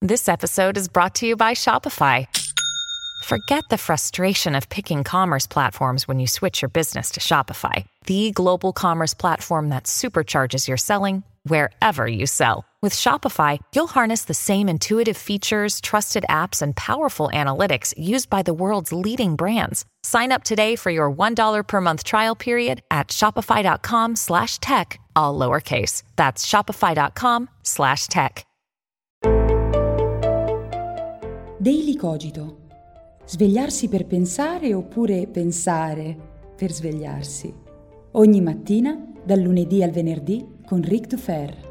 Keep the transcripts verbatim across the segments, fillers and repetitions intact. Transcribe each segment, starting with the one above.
This episode is brought to you by Shopify. Forget the frustration of picking commerce platforms when you switch your business to Shopify, the global commerce platform that supercharges your selling wherever you sell. With Shopify, you'll harness the same intuitive features, trusted apps, and powerful analytics used by the world's leading brands. Sign up today for your one dollar per month trial period at shopify.com slash tech, all lowercase. That's shopify.com slash tech. Daily Cogito. Svegliarsi per pensare oppure pensare per svegliarsi. Ogni mattina, dal lunedì al venerdì, con Ric Dufer.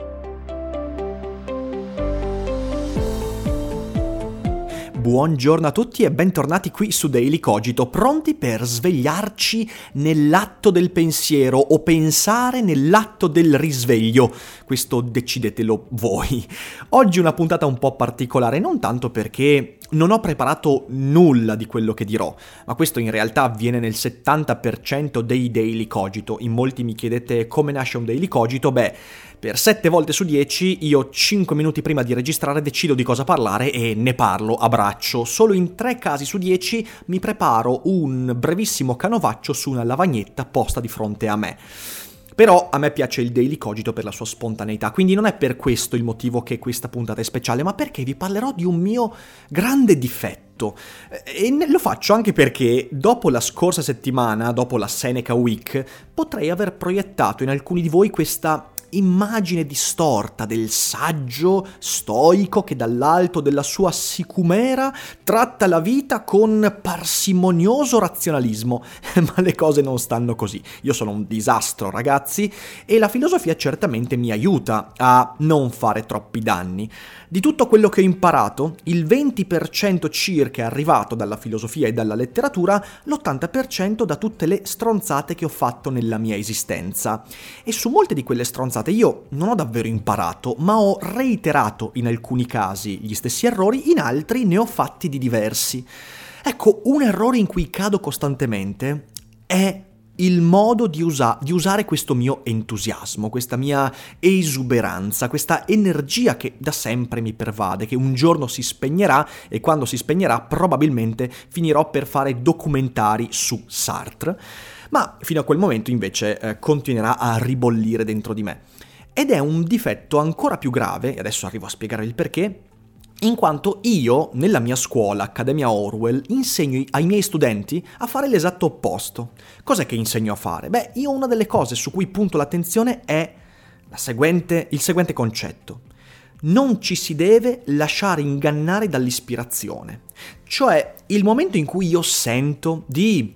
Buongiorno a tutti e bentornati qui su Daily Cogito, pronti per svegliarci nell'atto del pensiero o pensare nell'atto del risveglio. Questo decidetelo voi. Oggi una puntata un po' particolare, non tanto perché non ho preparato nulla di quello che dirò, ma questo in realtà avviene nel settanta per cento dei Daily Cogito. In molti mi chiedete come nasce un Daily Cogito, beh, per sette volte su dieci io cinque minuti prima di registrare decido di cosa parlare e ne parlo a braccio. Solo in tre casi su dieci mi preparo un brevissimo canovaccio su una lavagnetta posta di fronte a me. Però a me piace il Daily Cogito per la sua spontaneità, quindi non è per questo il motivo che questa puntata è speciale, ma perché vi parlerò di un mio grande difetto. E lo faccio anche perché dopo la scorsa settimana, dopo la Seneca Week, potrei aver proiettato in alcuni di voi questa immagine distorta del saggio stoico che dall'alto della sua sicumera tratta la vita con parsimonioso razionalismo, ma le cose non stanno così. Io sono un disastro, ragazzi, e la filosofia certamente mi aiuta a non fare troppi danni. Di tutto quello che ho imparato, il venti per cento circa è arrivato dalla filosofia e dalla letteratura, l'ottanta per cento da tutte le stronzate che ho fatto nella mia esistenza. E su molte di quelle stronzate io non ho davvero imparato, ma ho reiterato in alcuni casi gli stessi errori, in altri ne ho fatti di diversi. Ecco, un errore in cui cado costantemente è il modo di, usa- di usare questo mio entusiasmo, questa mia esuberanza, questa energia che da sempre mi pervade, che un giorno si spegnerà e quando si spegnerà probabilmente finirò per fare documentari su Sartre, ma fino a quel momento invece eh, continuerà a ribollire dentro di me. Ed è un difetto ancora più grave, e adesso arrivo a spiegare il perché, in quanto io, nella mia scuola, Accademia Orwell, insegno ai miei studenti a fare l'esatto opposto. Cos'è che insegno a fare? Beh, io una delle cose su cui punto l'attenzione è la seguente, il seguente concetto. Non ci si deve lasciare ingannare dall'ispirazione. Cioè, il momento in cui io sento di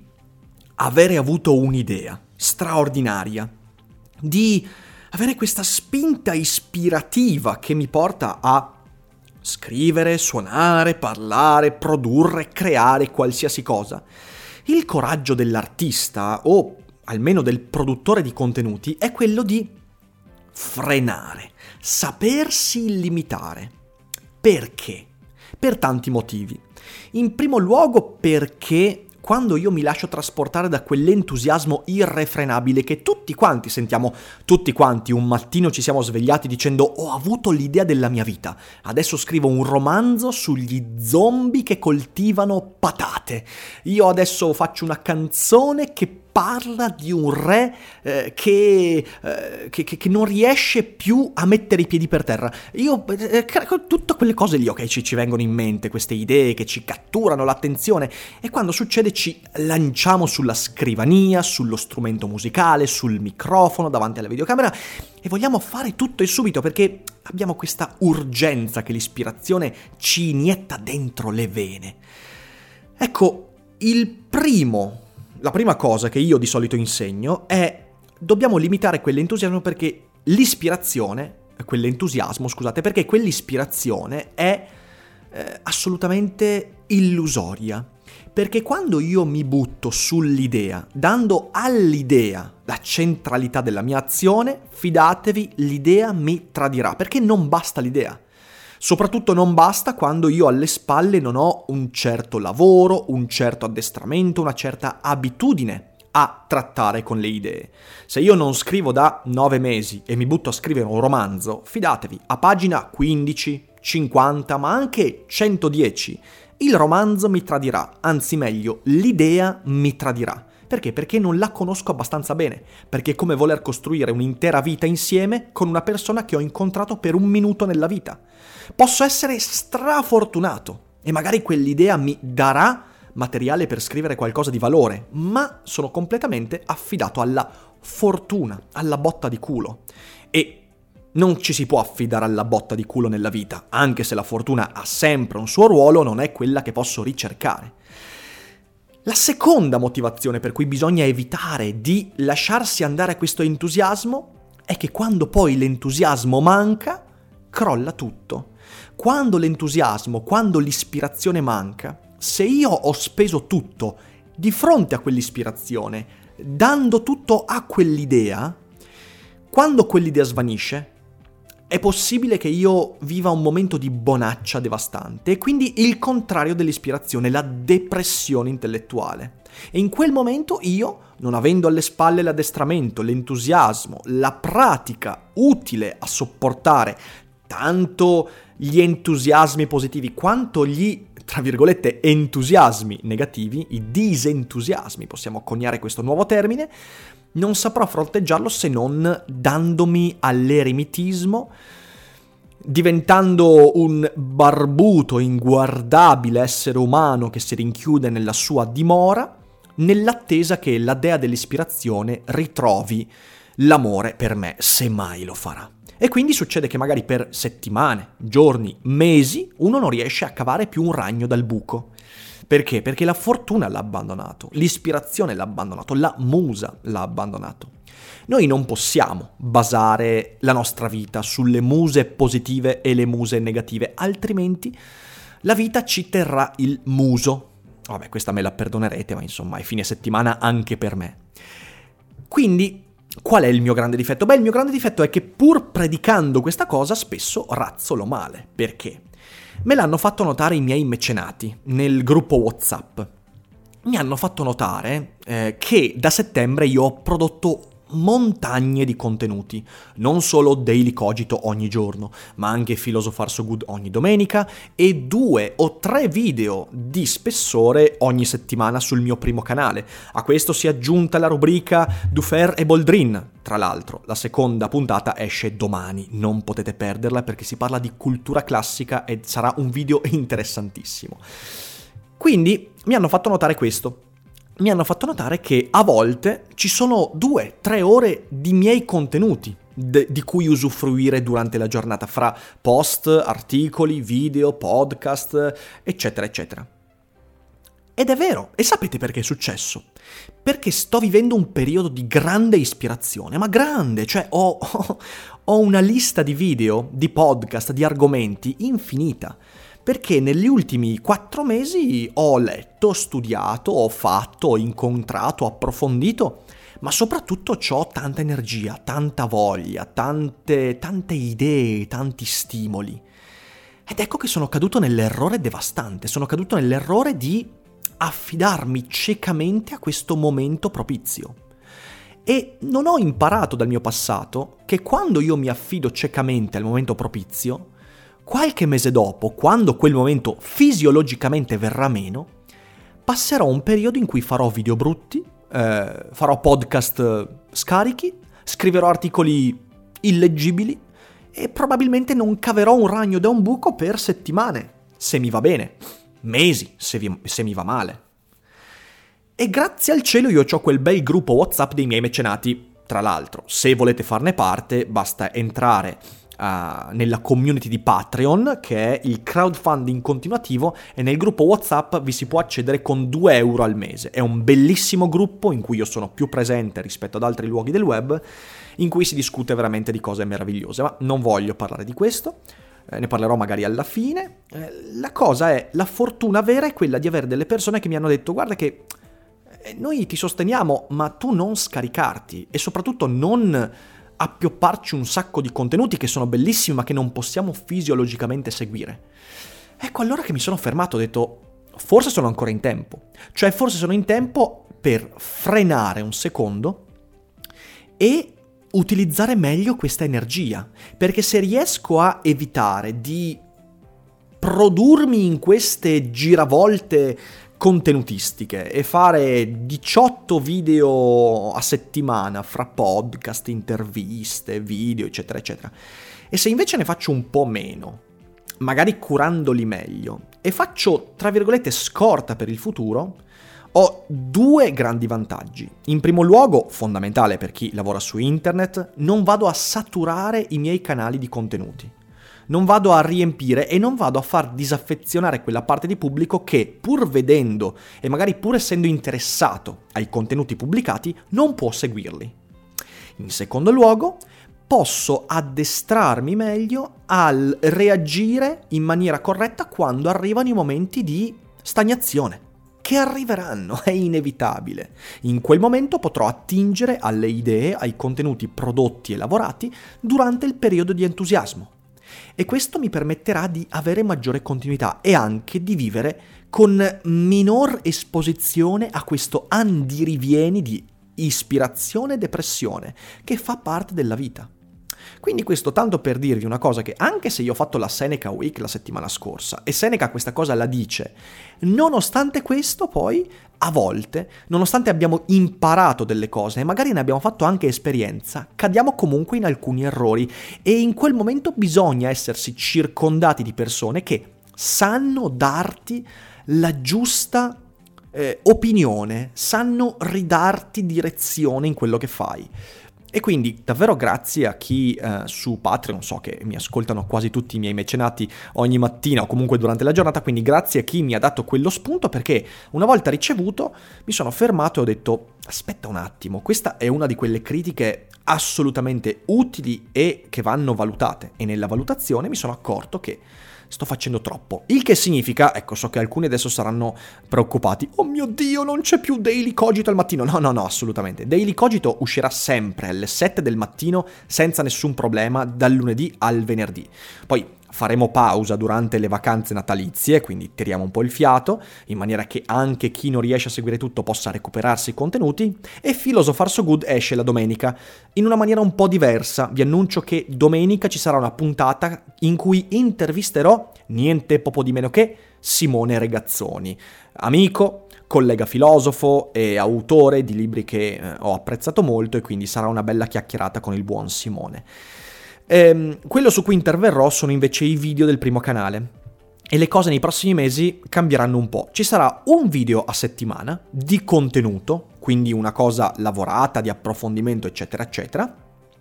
avere avuto un'idea straordinaria, di avere questa spinta ispirativa che mi porta a scrivere, suonare, parlare, produrre, creare qualsiasi cosa. Il coraggio dell'artista, o almeno del produttore di contenuti, è quello di frenare, sapersi limitare. Perché? Per tanti motivi. In primo luogo perché quando io mi lascio trasportare da quell'entusiasmo irrefrenabile che tutti quanti sentiamo, tutti quanti un mattino ci siamo svegliati dicendo ho avuto l'idea della mia vita, adesso scrivo un romanzo sugli zombie che coltivano patate, io adesso faccio una canzone che parla di un re eh, che, eh, che, che, che non riesce più a mettere i piedi per terra. Io, eh, tutte quelle cose lì, ok, ci, ci vengono in mente, queste idee che ci catturano l'attenzione e quando succede ci lanciamo sulla scrivania, sullo strumento musicale, sul microfono, davanti alla videocamera e vogliamo fare tutto e subito perché abbiamo questa urgenza che l'ispirazione ci inietta dentro le vene. Ecco, il primo La prima cosa che io di solito insegno è dobbiamo limitare quell'entusiasmo perché l'ispirazione, quell'entusiasmo, scusate, perché quell'ispirazione è eh, assolutamente illusoria. Perché quando io mi butto sull'idea, dando all'idea la centralità della mia azione, fidatevi, l'idea mi tradirà, perché non basta l'idea. Soprattutto non basta quando io alle spalle non ho un certo lavoro, un certo addestramento, una certa abitudine a trattare con le idee. Se io non scrivo da nove mesi e mi butto a scrivere un romanzo, fidatevi, a pagina quindici, cinquanta, ma anche centodieci, il romanzo mi tradirà, anzi meglio, l'idea mi tradirà. Perché? Perché non la conosco abbastanza bene, perché è come voler costruire un'intera vita insieme con una persona che ho incontrato per un minuto nella vita. Posso essere strafortunato e magari quell'idea mi darà materiale per scrivere qualcosa di valore, ma sono completamente affidato alla fortuna, alla botta di culo. E non ci si può affidare alla botta di culo nella vita, anche se la fortuna ha sempre un suo ruolo, non è quella che posso ricercare. La seconda motivazione per cui bisogna evitare di lasciarsi andare a questo entusiasmo è che quando poi l'entusiasmo manca, crolla tutto. Quando l'entusiasmo, quando l'ispirazione manca, se io ho speso tutto di fronte a quell'ispirazione, dando tutto a quell'idea, quando quell'idea svanisce, è possibile che io viva un momento di bonaccia devastante e quindi il contrario dell'ispirazione, la depressione intellettuale. E in quel momento io, non avendo alle spalle l'addestramento, l'entusiasmo, la pratica utile a sopportare tanto gli entusiasmi positivi quanto gli, tra virgolette, entusiasmi negativi, i disentusiasmi, possiamo coniare questo nuovo termine, non saprò fronteggiarlo se non dandomi all'eremitismo, diventando un barbuto, inguardabile essere umano che si rinchiude nella sua dimora, nell'attesa che la dea dell'ispirazione ritrovi l'amore per me, se mai lo farà. E quindi succede che magari per settimane, giorni, mesi, uno non riesce a cavare più un ragno dal buco. Perché? Perché la fortuna l'ha abbandonato, l'ispirazione l'ha abbandonato, la musa l'ha abbandonato. Noi non possiamo basare la nostra vita sulle muse positive e le muse negative, altrimenti la vita ci terrà il muso. Vabbè, questa me la perdonerete, ma insomma è fine settimana anche per me. Quindi, qual è il mio grande difetto? Beh, il mio grande difetto è che pur predicando questa cosa spesso razzolo male. Perché? Me l'hanno fatto notare i miei mecenati nel gruppo WhatsApp. Mi hanno fatto notare eh, che da settembre io ho prodotto montagne di contenuti, non solo Daily Cogito ogni giorno, ma anche Philosopher So Good ogni domenica e due o tre video di spessore ogni settimana sul mio primo canale. A questo si è aggiunta la rubrica Dufer e Boldrin. Tra l'altro, la seconda puntata esce domani, non potete perderla perché si parla di cultura classica e sarà un video interessantissimo. Quindi mi hanno fatto notare questo. Mi hanno fatto notare che a volte ci sono due, tre ore di miei contenuti de- di cui usufruire durante la giornata, fra post, articoli, video, podcast, eccetera, eccetera. Ed è vero, e sapete perché è successo? Perché sto vivendo un periodo di grande ispirazione, ma grande, cioè ho, ho, ho una lista di video, di podcast, di argomenti infinita. Perché negli ultimi quattro mesi ho letto, studiato, ho fatto, ho incontrato, ho approfondito, ma soprattutto ho tanta energia, tanta voglia, tante, tante idee, tanti stimoli. Ed ecco che sono caduto nell'errore devastante, sono caduto nell'errore di affidarmi ciecamente a questo momento propizio. E non ho imparato dal mio passato che quando io mi affido ciecamente al momento propizio, qualche mese dopo, quando quel momento fisiologicamente verrà meno, passerò un periodo in cui farò video brutti, eh, farò podcast scarichi, scriverò articoli illeggibili e probabilmente non caverò un ragno da un buco per settimane, se mi va bene, mesi, se, vi, se mi va male. E grazie al cielo io ho quel bel gruppo WhatsApp dei miei mecenati. Tra l'altro, se volete farne parte, basta entrare Uh, nella community di Patreon, che è il crowdfunding continuativo, e nel gruppo WhatsApp vi si può accedere con due euro al mese. È un bellissimo gruppo in cui io sono più presente rispetto ad altri luoghi del web, in cui si discute veramente di cose meravigliose, ma non voglio parlare di questo, eh, ne parlerò magari alla fine. Eh, la cosa è, la fortuna vera è quella di avere delle persone che mi hanno detto: guarda che eh, noi ti sosteniamo, ma tu non scaricarti e soprattutto non appiopparci un sacco di contenuti che sono bellissimi ma che non possiamo fisiologicamente seguire. Ecco allora che mi sono fermato, ho detto forse sono ancora in tempo, cioè forse sono in tempo per frenare un secondo e utilizzare meglio questa energia, perché se riesco a evitare di produrmi in queste giravolte contenutistiche e fare diciotto video a settimana fra podcast, interviste, video, eccetera, eccetera. E se invece ne faccio un po' meno, magari curandoli meglio, e faccio, tra virgolette, scorta per il futuro, ho due grandi vantaggi. In primo luogo, fondamentale per chi lavora su internet, non vado a saturare i miei canali di contenuti. Non vado a riempire e non vado a far disaffezionare quella parte di pubblico che, pur vedendo e magari pur essendo interessato ai contenuti pubblicati, non può seguirli. In secondo luogo, posso addestrarmi meglio al reagire in maniera corretta quando arrivano i momenti di stagnazione, che arriveranno, è inevitabile. In quel momento potrò attingere alle idee, ai contenuti prodotti e lavorati durante il periodo di entusiasmo. E questo mi permetterà di avere maggiore continuità e anche di vivere con minor esposizione a questo andirivieni di ispirazione e depressione che fa parte della vita. Quindi questo tanto per dirvi una cosa, che anche se io ho fatto la Seneca Week la settimana scorsa e Seneca questa cosa la dice, nonostante questo poi a volte, nonostante abbiamo imparato delle cose e magari ne abbiamo fatto anche esperienza, cadiamo comunque in alcuni errori e in quel momento bisogna essersi circondati di persone che sanno darti la giusta eh, opinione, sanno ridarti direzione in quello che fai. E quindi davvero grazie a chi eh, su Patreon, so che mi ascoltano quasi tutti i miei mecenati ogni mattina o comunque durante la giornata, quindi grazie a chi mi ha dato quello spunto, perché una volta ricevuto mi sono fermato e ho detto aspetta un attimo, questa è una di quelle critiche assolutamente utili e che vanno valutate, e nella valutazione mi sono accorto che sto facendo troppo. Il che significa, ecco, so che alcuni adesso saranno preoccupati. Oh mio Dio, non c'è più Daily Cogito al mattino. No, no, no, assolutamente. Daily Cogito uscirà sempre alle sette del mattino senza nessun problema dal lunedì al venerdì. Poi faremo pausa durante le vacanze natalizie, quindi tiriamo un po' il fiato, in maniera che anche chi non riesce a seguire tutto possa recuperarsi i contenuti, e Philosopher So Good esce la domenica, in una maniera un po' diversa. Vi annuncio che domenica ci sarà una puntata in cui intervisterò niente poco di meno che Simone Regazzoni, amico, collega filosofo e autore di libri che eh, ho apprezzato molto, e quindi sarà una bella chiacchierata con il buon Simone. Ehm, quello su cui interverrò sono invece i video del primo canale, e le cose nei prossimi mesi cambieranno un po'. Ci sarà un video a settimana di contenuto, quindi una cosa lavorata, di approfondimento, eccetera, eccetera.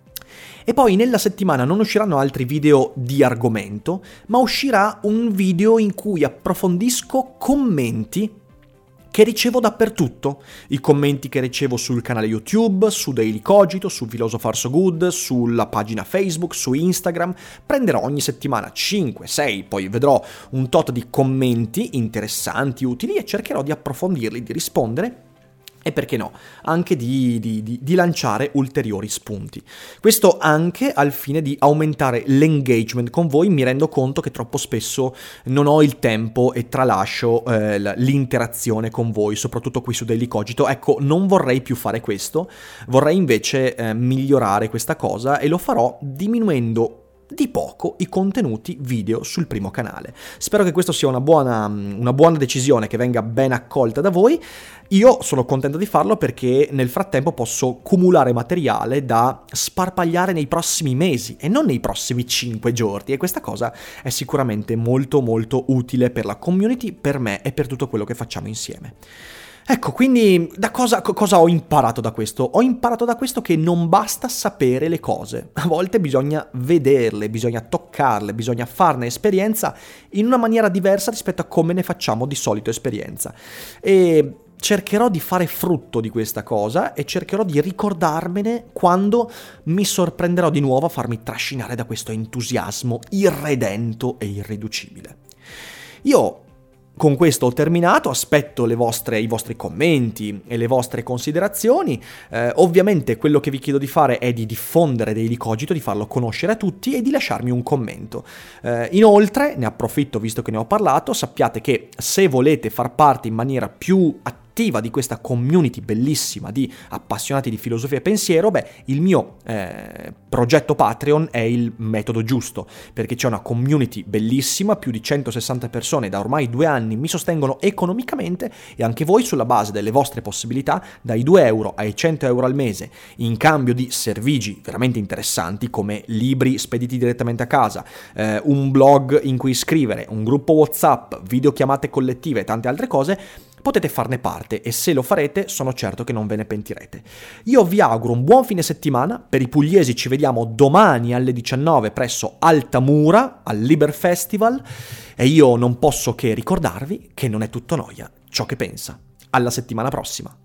E poi nella settimana non usciranno altri video di argomento, ma uscirà un video in cui approfondisco commenti che ricevo dappertutto, i commenti che ricevo sul canale YouTube, su Daily Cogito, su Philosopher So Good, sulla pagina Facebook, su Instagram. Prenderò ogni settimana cinque, sei, poi vedrò un tot di commenti interessanti, utili, e cercherò di approfondirli, di rispondere, e perché no, anche di, di, di, di lanciare ulteriori spunti. Questo anche al fine di aumentare l'engagement con voi. Mi rendo conto che troppo spesso non ho il tempo e tralascio eh, l'interazione con voi, soprattutto qui su Daily Cogito. Ecco, non vorrei più fare questo, vorrei invece eh, migliorare questa cosa, e lo farò diminuendo di poco i contenuti video sul primo canale. Spero che questo sia una buona, una buona decisione, che venga ben accolta da voi. Io sono contento di farlo perché nel frattempo posso cumulare materiale da sparpagliare nei prossimi mesi e non nei prossimi cinque giorni, e questa cosa è sicuramente molto molto utile per la community, per me e per tutto quello che facciamo insieme. Ecco, quindi da cosa, cosa ho imparato da questo? Ho imparato da questo che non basta sapere le cose, a volte bisogna vederle, bisogna toccarle, bisogna farne esperienza in una maniera diversa rispetto a come ne facciamo di solito esperienza. E cercherò di fare frutto di questa cosa, e cercherò di ricordarmene quando mi sorprenderò di nuovo a farmi trascinare da questo entusiasmo irredento e irriducibile. Io con questo ho terminato, aspetto le vostre, i vostri commenti e le vostre considerazioni. Eh, ovviamente quello che vi chiedo di fare è di diffondere Daily Cogito, di farlo conoscere a tutti e di lasciarmi un commento. Eh, inoltre, ne approfitto visto che ne ho parlato, sappiate che se volete far parte in maniera più attiva attiva di questa community bellissima di appassionati di filosofia e pensiero, beh, il mio eh, progetto Patreon è il metodo giusto, perché c'è una community bellissima, più di centosessanta persone da ormai due anni mi sostengono economicamente, e anche voi, sulla base delle vostre possibilità, dai due euro ai cento euro al mese, in cambio di servigi veramente interessanti come libri spediti direttamente a casa, eh, un blog in cui scrivere, un gruppo WhatsApp, videochiamate collettive e tante altre cose, potete farne parte, e se lo farete sono certo che non ve ne pentirete. Io vi auguro un buon fine settimana. Per i pugliesi ci vediamo domani alle diciannove presso Altamura al Liber Festival, e io non posso che ricordarvi che non è tutto noia ciò che pensa. Alla settimana prossima.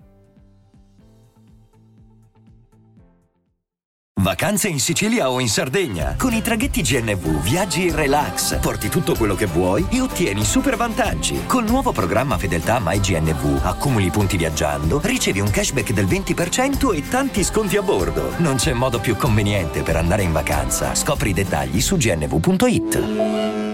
Vacanze in Sicilia o in Sardegna. Con i traghetti G N V viaggi in relax, porti tutto quello che vuoi e ottieni super vantaggi. Col nuovo programma Fedeltà MyGNV accumuli punti viaggiando, ricevi un cashback del venti per cento e tanti sconti a bordo. Non c'è modo più conveniente per andare in vacanza. Scopri i dettagli su gnv punto it.